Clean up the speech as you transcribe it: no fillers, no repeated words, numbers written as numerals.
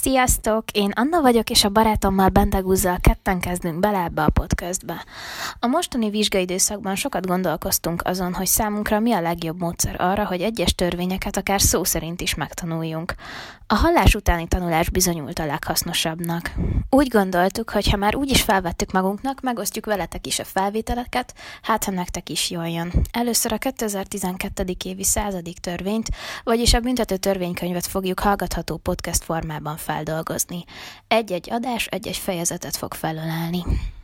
Sziasztok! Én Anna vagyok, és a barátommal Bendegúzzal ketten kezdünk bele ebbe a podcastbe. A mostani vizsgaidőszakban sokat gondolkoztunk azon, hogy számunkra mi a legjobb módszer arra, hogy egyes törvényeket akár szó szerint is megtanuljunk. A hallás utáni tanulás bizonyult a leghasznosabbnak. Úgy gondoltuk, hogy ha már úgyis felvettük magunknak, megosztjuk veletek is a felvételeket, hát ha nektek is jól jön. Először a 2012. évi 100. törvényt, vagyis a büntető törvénykönyvet fogjuk hallgatható podcast formában feldolgozni. Egy-egy adás egy-egy fejezetet fog felölelni.